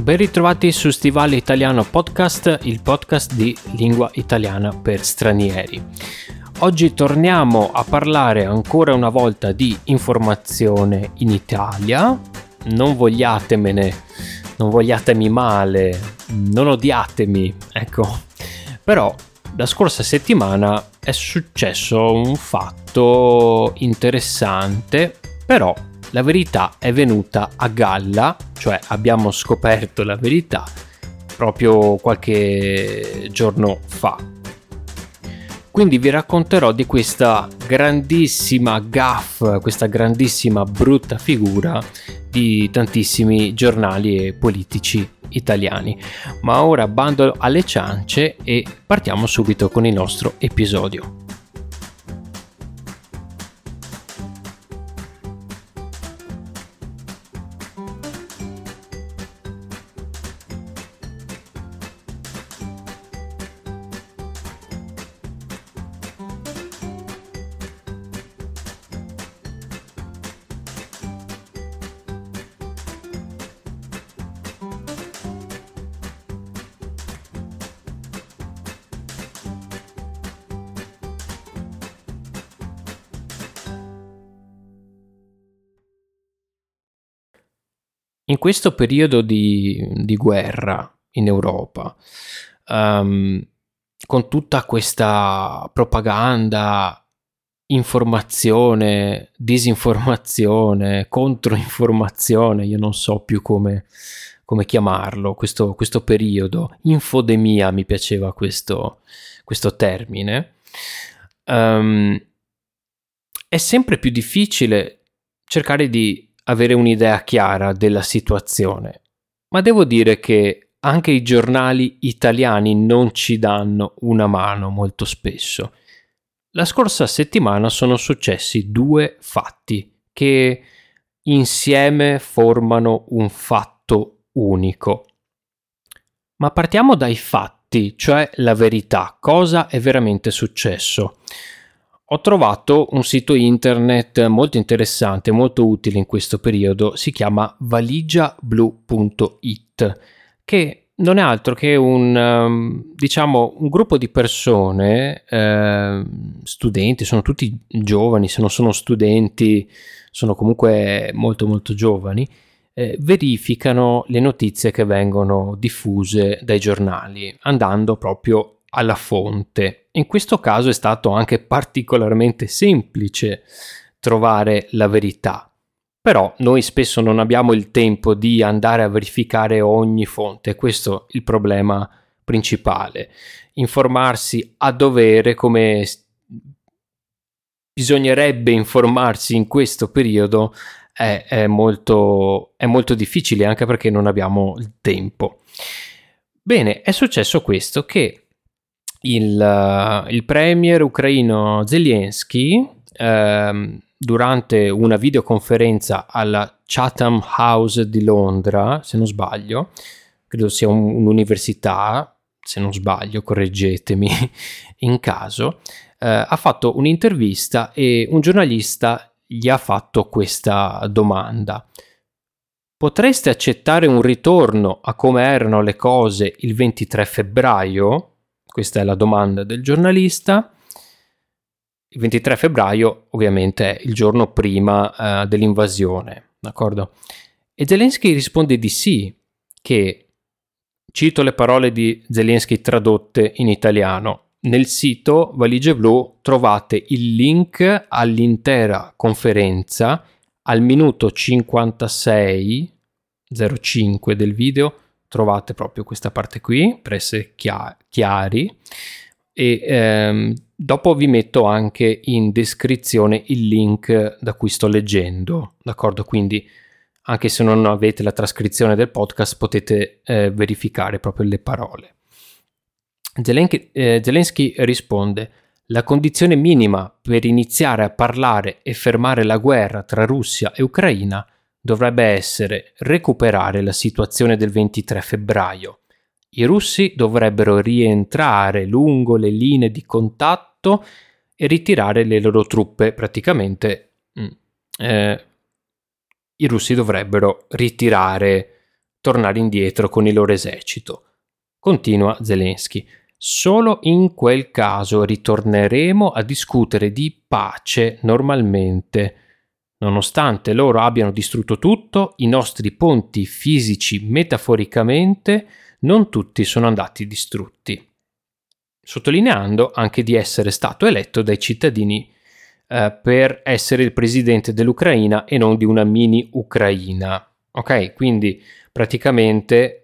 Ben ritrovati su Stivale Italiano Podcast, il podcast di lingua italiana per stranieri. Oggi torniamo a parlare ancora una volta di informazione in Italia. Non vogliatemene, non vogliatemi male, non odiatemi, ecco. Però la scorsa settimana è successo un fatto interessante, però la verità è venuta a galla, cioè abbiamo scoperto la verità proprio qualche giorno fa. Quindi vi racconterò di questa grandissima gaffe, questa grandissima brutta figura di tantissimi giornali e politici italiani. Ma ora bando alle ciance e partiamo subito con il nostro episodio. In questo periodo di guerra in Europa, con tutta questa propaganda, informazione, disinformazione, controinformazione, io non so più come chiamarlo, questo periodo, infodemia mi piaceva questo termine, è sempre più difficile cercare di avere un'idea chiara della situazione, ma devo dire che anche i giornali italiani non ci danno una mano molto spesso. La scorsa settimana sono successi due fatti che insieme formano un fatto unico. Ma partiamo dai fatti, cioè la verità, cosa è veramente successo. Ho trovato un sito internet molto interessante, molto utile in questo periodo, si chiama valigiablu.it, che non è altro che un gruppo di persone, studenti, sono tutti giovani, se non sono studenti sono comunque molto molto giovani, verificano le notizie che vengono diffuse dai giornali, andando proprio alla fonte. In questo caso è stato anche particolarmente semplice trovare la verità, però noi spesso non abbiamo il tempo di andare a verificare ogni fonte, questo è il problema principale. Informarsi a dovere, come bisognerebbe informarsi in questo periodo, è molto difficile, anche perché non abbiamo il tempo. Bene, è successo questo, che il premier ucraino Zelensky, durante una videoconferenza alla Chatham House di Londra, se non sbaglio, credo sia un'università, se non sbaglio, correggetemi in caso, ha fatto un'intervista e un giornalista gli ha fatto questa domanda: potreste accettare un ritorno a come erano le cose il 23 febbraio? Questa è la domanda del giornalista. Il 23 febbraio ovviamente è il giorno prima dell'invasione, d'accordo? E Zelensky risponde di sì, che, cito le parole di Zelensky tradotte in italiano: nel sito Valigie Blu trovate il link all'intera conferenza, al minuto 56:05 del video trovate proprio questa parte qui, per essere chiari, e dopo vi metto anche in descrizione il link da cui sto leggendo, d'accordo? Quindi anche se non avete la trascrizione del podcast potete verificare proprio le parole. Zelensky risponde: la condizione minima per iniziare a parlare e fermare la guerra tra Russia e Ucraina dovrebbe essere recuperare la situazione del 23 febbraio. I russi dovrebbero rientrare lungo le linee di contatto e ritirare le loro truppe. Praticamente i russi dovrebbero ritirare tornare indietro con il loro esercito. Continua Zelensky. Solo in quel caso ritorneremo a discutere di pace normalmente. Nonostante loro abbiano distrutto tutto, i nostri ponti fisici metaforicamente non tutti sono andati distrutti. Sottolineando anche di essere stato eletto dai cittadini per essere il presidente dell'Ucraina e non di una mini Ucraina. Ok, quindi praticamente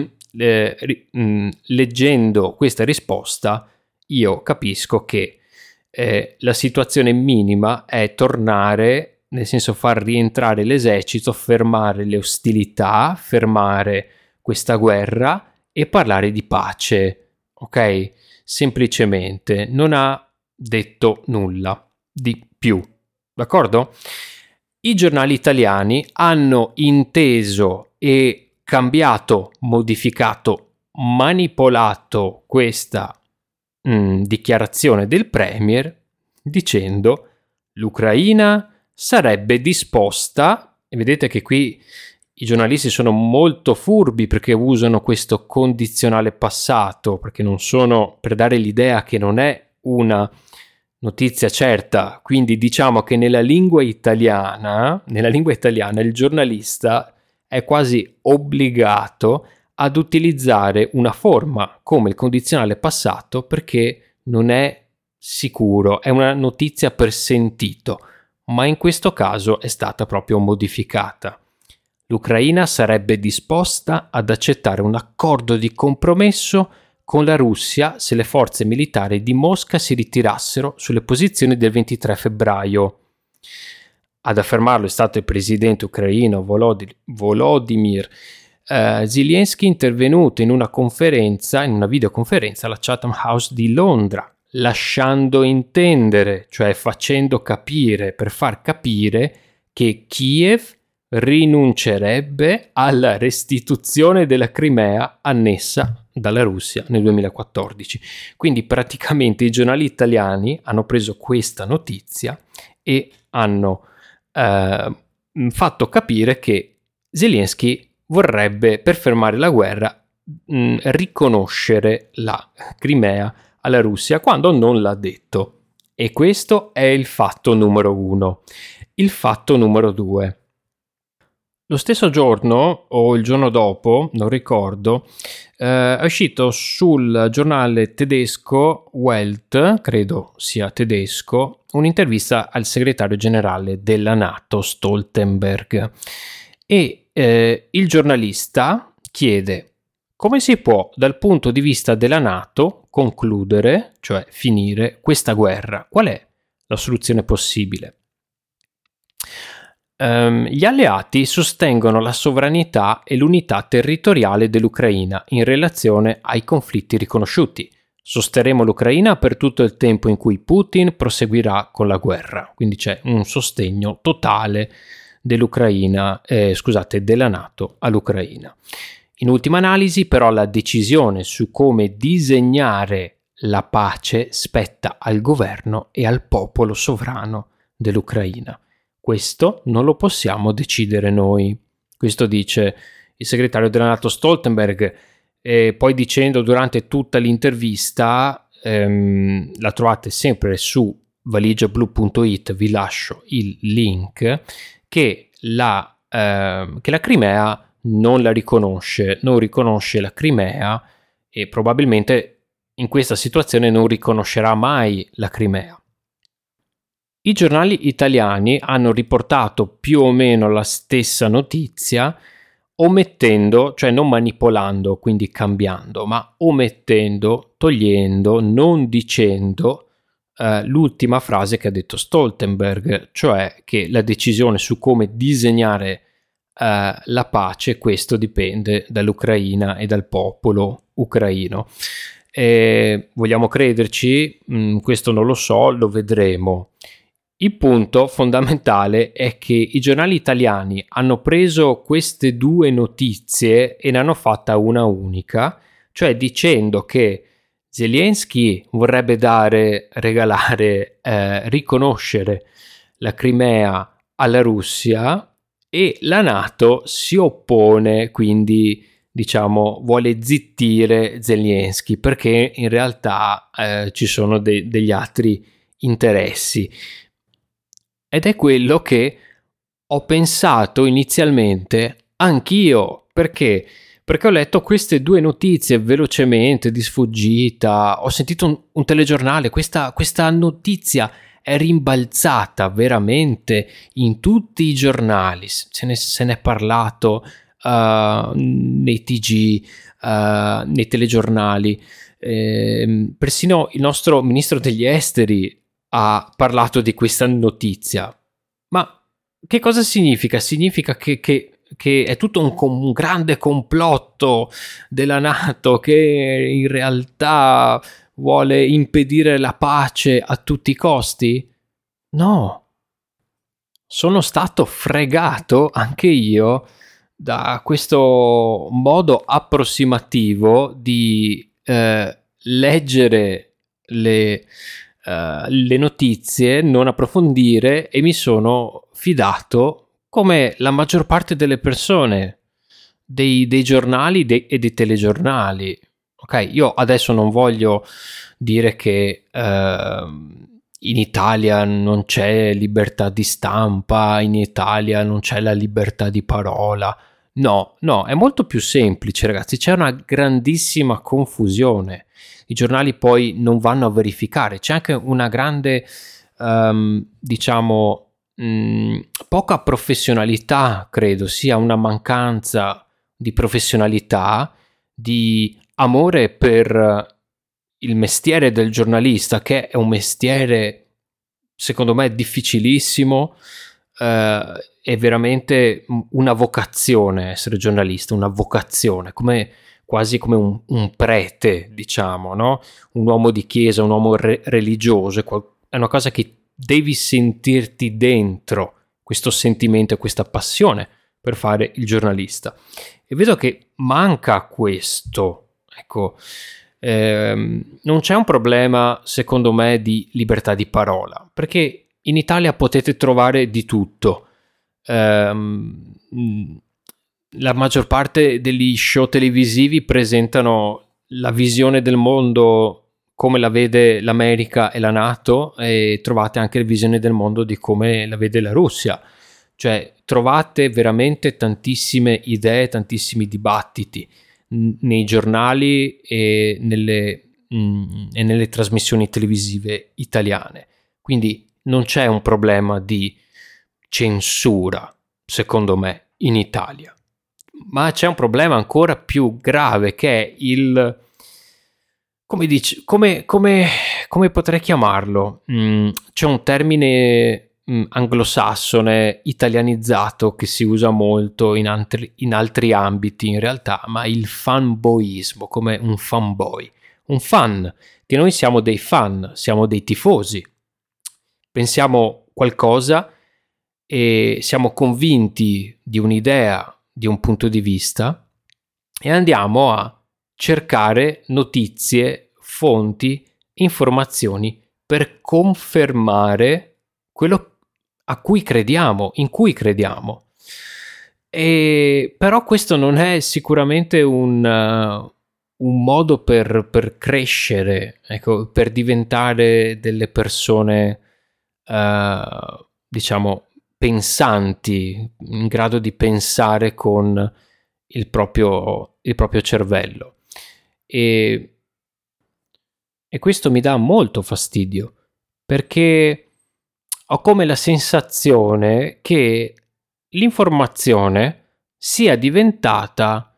leggendo questa risposta io capisco che la situazione minima è tornare, nel senso far rientrare l'esercito, fermare le ostilità, fermare questa guerra e parlare di pace, ok? Semplicemente non ha detto nulla di più, d'accordo? I giornali italiani hanno inteso e cambiato, modificato, manipolato questa dichiarazione del premier dicendo l'Ucraina sarebbe disposta, e vedete che qui i giornalisti sono molto furbi perché usano questo condizionale passato, perché non sono, per dare l'idea che non è una notizia certa, quindi diciamo che nella lingua italiana il giornalista è quasi obbligato ad utilizzare una forma come il condizionale passato perché non è sicuro, è una notizia per sentito, ma in questo caso è stata proprio modificata. L'Ucraina sarebbe disposta ad accettare un accordo di compromesso con la Russia se le forze militari di Mosca si ritirassero sulle posizioni del 23 febbraio. Ad affermarlo è stato il presidente ucraino Volodymyr Zelensky, intervenuto in una videoconferenza alla Chatham House di Londra, lasciando intendere, cioè facendo capire, per far capire che Kiev rinuncerebbe alla restituzione della Crimea annessa dalla Russia nel 2014. Quindi praticamente i giornali italiani hanno preso questa notizia e hanno fatto capire che Zelensky vorrebbe, per fermare la guerra, riconoscere la Crimea alla Russia quando non l'ha detto. E questo è il fatto numero 1. Il fatto numero 2. Lo stesso giorno o il giorno dopo, non ricordo, è uscito sul giornale tedesco Welt, credo sia tedesco, un'intervista al segretario generale della NATO Stoltenberg e il giornalista chiede come si può dal punto di vista della NATO concludere, cioè finire questa guerra, qual è la soluzione possibile? Gli alleati sostengono la sovranità e l'unità territoriale dell'Ucraina in relazione ai conflitti riconosciuti. Sosterremo l'Ucraina per tutto il tempo in cui Putin proseguirà con la guerra. Quindi c'è un sostegno totale della NATO all'Ucraina. In ultima analisi, però, la decisione su come disegnare la pace spetta al governo e al popolo sovrano dell'Ucraina. Questo non lo possiamo decidere noi. Questo dice il segretario della NATO Stoltenberg, e poi dicendo durante tutta l'intervista, la trovate sempre su valigiablu.it, vi lascio il link, che la Crimea non la riconosce, non riconosce la Crimea e probabilmente in questa situazione non riconoscerà mai la Crimea. I giornali italiani hanno riportato più o meno la stessa notizia, omettendo, cioè non manipolando, quindi cambiando, ma omettendo, togliendo, non dicendo l'ultima frase che ha detto Stoltenberg, cioè che la decisione su come disegnare la pace, questo dipende dall'Ucraina e dal popolo ucraino. Vogliamo crederci? Questo non lo so, lo vedremo. Il punto fondamentale è che i giornali italiani hanno preso queste due notizie e ne hanno fatta una unica, cioè dicendo che Zelensky vorrebbe riconoscere la Crimea alla Russia e la NATO si oppone, quindi diciamo vuole zittire Zelensky perché in realtà ci sono degli altri interessi. Ed è quello che ho pensato inizialmente anch'io. Perché ho letto queste due notizie velocemente, di sfuggita, ho sentito un telegiornale, questa notizia è rimbalzata veramente in tutti i giornali, se ne è parlato nei TG, nei telegiornali, persino il nostro ministro degli esteri ha parlato di questa notizia. Ma che cosa significa? Significa che è tutto un grande complotto della NATO che in realtà vuole impedire la pace a tutti i costi? No. Sono stato fregato anche io da questo modo approssimativo di leggere le notizie, non approfondire, e mi sono fidato, come la maggior parte delle persone, dei giornali e dei telegiornali. Ok, io adesso non voglio dire che in Italia non c'è libertà di stampa, in Italia non c'è la libertà di parola. No, è molto più semplice, ragazzi, c'è una grandissima confusione. I giornali poi non vanno a verificare, c'è anche una grande, diciamo, poca professionalità, credo, sia una mancanza di professionalità, di amore per il mestiere del giornalista, che è un mestiere secondo me difficilissimo, è veramente una vocazione essere giornalista, una vocazione, quasi come un prete, diciamo, no? Un uomo di chiesa, un uomo religioso, è una cosa che devi sentirti dentro, questo sentimento e questa passione per fare il giornalista. E vedo che manca questo, ecco. Non c'è un problema, secondo me, di libertà di parola, perché in Italia potete trovare di tutto. La maggior parte degli show televisivi presentano la visione del mondo come la vede l'America e la NATO, e trovate anche la visione del mondo di come la vede la Russia. Cioè trovate veramente tantissime idee, tantissimi dibattiti nei giornali e nelle trasmissioni televisive italiane. Quindi non c'è un problema di censura, secondo me, in Italia. Ma c'è un problema ancora più grave, che è il... come potrei chiamarlo? C'è un termine anglosassone italianizzato che si usa molto in altri ambiti in realtà, ma il fanboismo, come un fanboy, un fan, che noi siamo dei fan, siamo dei tifosi, pensiamo qualcosa e siamo convinti di un'idea, di un punto di vista, e andiamo a cercare notizie, fonti, informazioni per confermare quello a cui crediamo, in cui crediamo. E però questo non è sicuramente un modo per crescere, ecco, per diventare delle persone diciamo pensanti, in grado di pensare con il proprio cervello. E questo mi dà molto fastidio, perché ho come la sensazione che l'informazione sia diventata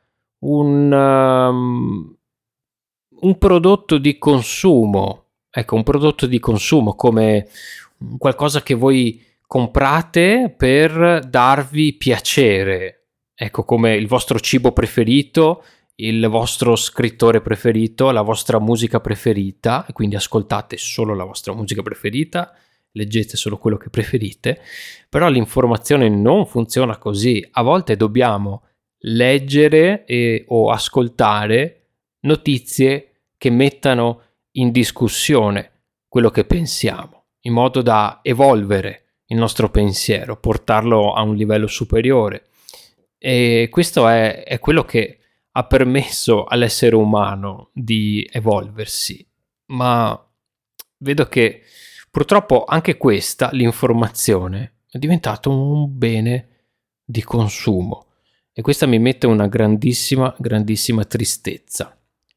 un prodotto di consumo, ecco, un prodotto di consumo, come qualcosa che voi comprate per darvi piacere, ecco, come il vostro cibo preferito, il vostro scrittore preferito, la vostra musica preferita, e quindi ascoltate solo la vostra musica preferita, leggete solo quello che preferite. Però l'informazione non funziona così. A volte dobbiamo leggere o ascoltare notizie che mettano in discussione quello che pensiamo, in modo da evolvere, il nostro pensiero, portarlo a un livello superiore. E questo è quello che ha permesso all'essere umano di evolversi. Ma vedo che purtroppo anche questa, l'informazione, è diventato un bene di consumo. E questa mi mette una grandissima, grandissima tristezza.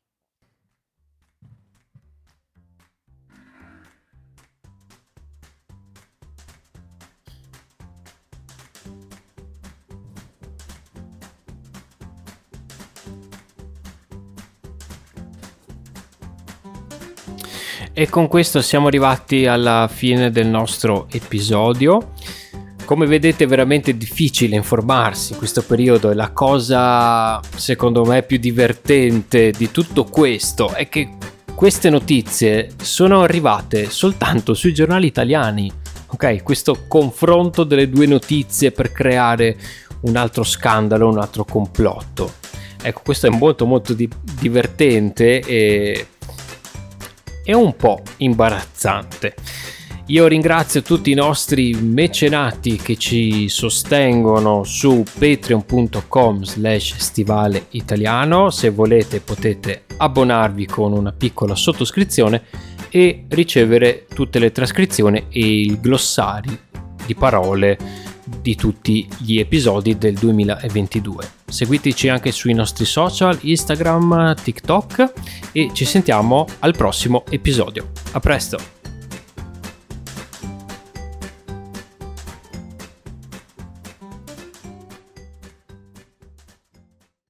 E con questo siamo arrivati alla fine del nostro episodio. Come vedete è veramente difficile informarsi in questo periodo, e la cosa secondo me più divertente di tutto questo è che queste notizie sono arrivate soltanto sui giornali italiani. Ok, questo confronto delle due notizie per creare un altro scandalo, un altro complotto. Ecco, questo è molto molto divertente e un po' imbarazzante. Io ringrazio tutti i nostri mecenati che ci sostengono su patreon.com/stivaleitaliano. Se volete potete abbonarvi con una piccola sottoscrizione e ricevere tutte le trascrizioni e il glossario di parole di tutti gli episodi del 2022. Seguiteci anche sui nostri social, Instagram, TikTok, e ci sentiamo al prossimo episodio. A presto!